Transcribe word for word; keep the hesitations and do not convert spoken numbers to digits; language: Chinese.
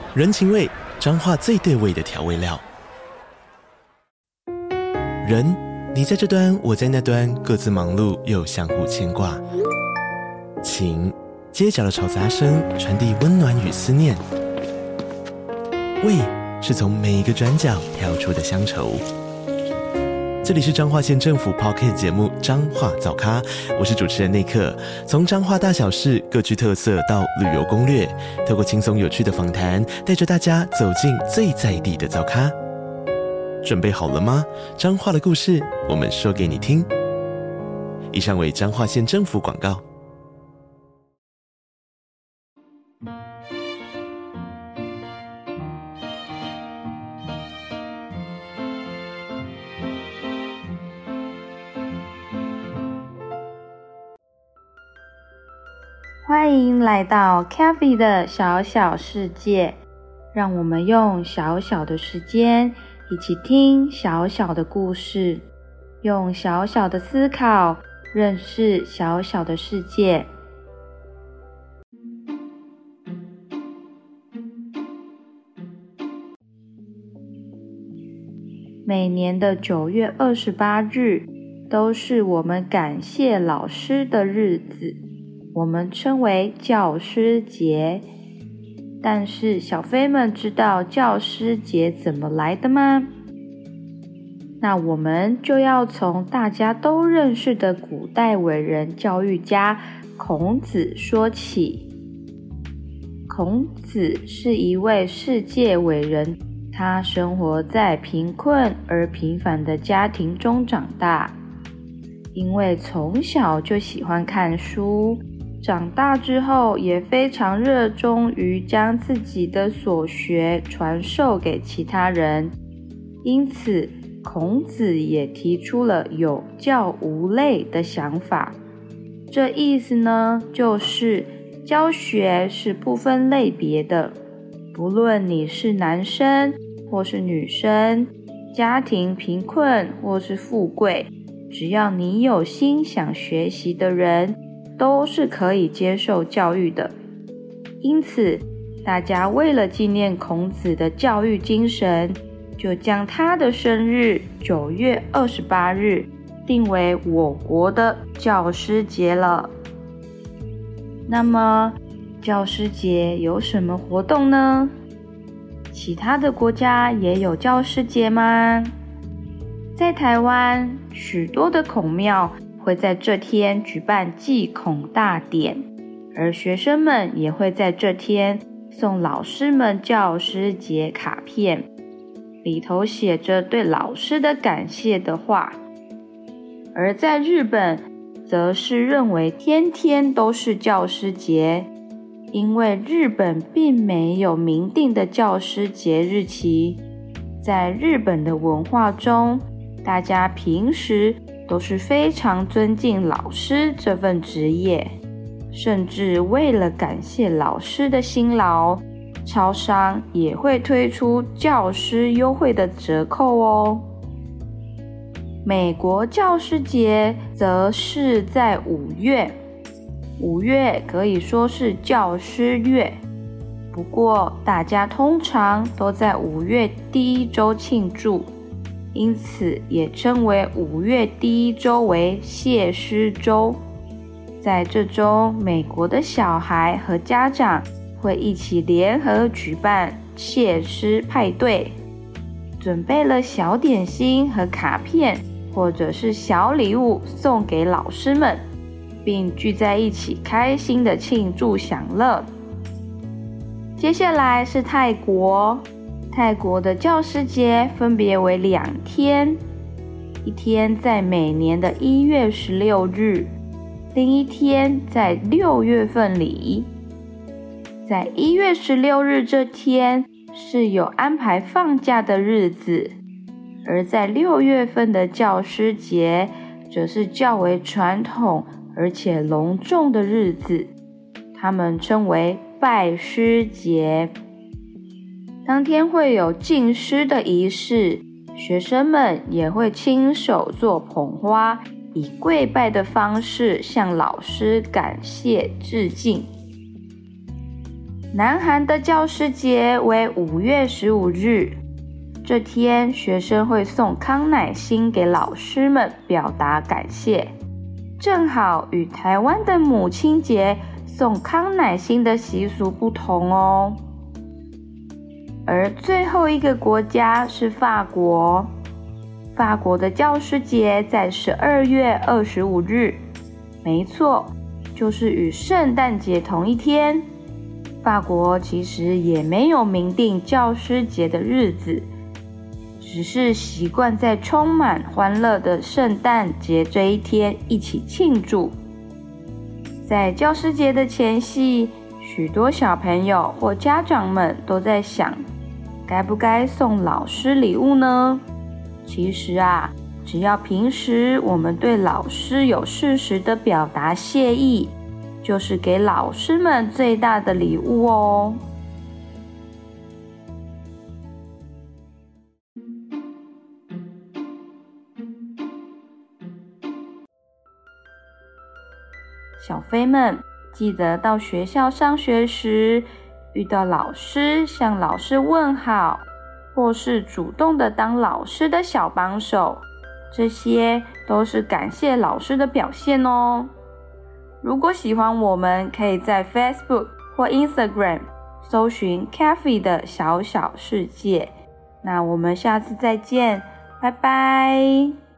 人情味，彰化最对味的调味料。人，你在这端，我在那端，各自忙碌又相互牵挂。情，街角的吵杂声传递温暖与思念。味，是从每一个转角跳出的乡愁。这里是彰化县政府 Podcast 节目《彰化早咖》，我是主持人内克。从彰化大小事各具特色到旅游攻略，透过轻松有趣的访谈，带着大家走进最在地的早咖。准备好了吗？彰化的故事，我们说给你听。以上为彰化县政府广告。 欢迎来到 Kathy 的小小世界，让我们用小小的时间一起听小小的故事，用小小的思考认识小小的世界。每年的九月二十八日都是我们感谢老师的日子，我们称为教师节。但是小飞们知道教师节怎么来的吗？那我们就要从大家都认识的古代伟人教育家孔子说起。孔子是一位世界伟人，他生活在贫困而平凡的家庭中长大，因为从小就喜欢看书，长大之后也非常热衷于将自己的所学传授给其他人，因此孔子也提出了有教无类的想法。这意思呢，就是教学是不分类别的，不论你是男生或是女生，家庭贫困或是富贵，只要你有心想学习的人，都是可以接受教育的。因此，大家为了纪念孔子的教育精神，就将他的生日九月二十八日定为我国的教师节了。那么，教师节有什么活动呢？其他的国家也有教师节吗？在台湾，许多的孔庙会在这天举办祭孔大典，而学生们也会在这天送老师们教师节卡片，里头写着对老师的感谢的话。而在日本，则是认为天天都是教师节，因为日本并没有明定的教师节日期。在日本的文化中，大家平时都是非常尊敬老师这份职业，甚至为了感谢老师的辛劳，超商也会推出教师优惠的折扣哦。美国教师节则是在五月，五月可以说是教师月，不过大家通常都在五月第一周庆祝，因此也称为五月第一周为谢师周。在这周，美国的小孩和家长会一起联合举办谢师派对，准备了小点心和卡片，或者是小礼物送给老师们，并聚在一起开心的庆祝享乐。接下来是泰国，泰国的教师节分别为两天，一天在每年的一月十六日，另一天在六月份里。在一月十六日这天是有安排放假的日子，而在六月份的教师节则是较为传统而且隆重的日子，他们称为拜师节。当天会有敬师的仪式，学生们也会亲手做捧花，以跪拜的方式向老师感谢致敬。 南韩的教师节为五月十五日，这天学生会送康乃馨给老师们，表达感谢，正好与台湾的母亲节送康乃馨的习俗不同哦。而最后一个国家是法国，法国的教师节在十二月二十五日，没错，就是与圣诞节同一天。法国其实也没有明定教师节的日子，只是习惯在充满欢乐的圣诞节这一天一起庆祝。在教师节的前夕，许多小朋友或家长们都在想，该不该送老师礼物呢？其实啊，只要平时我们对老师有适时的表达谢意，就是给老师们最大的礼物哦。小飞们，记得到学校上学时，遇到老师向老师问好，或是主动的当老师的小帮手，这些都是感谢老师的表现哦。如果喜欢我们，可以在 Facebook 或 Instagram 搜寻 Kathy 的小小世界。那我们下次再见，拜拜。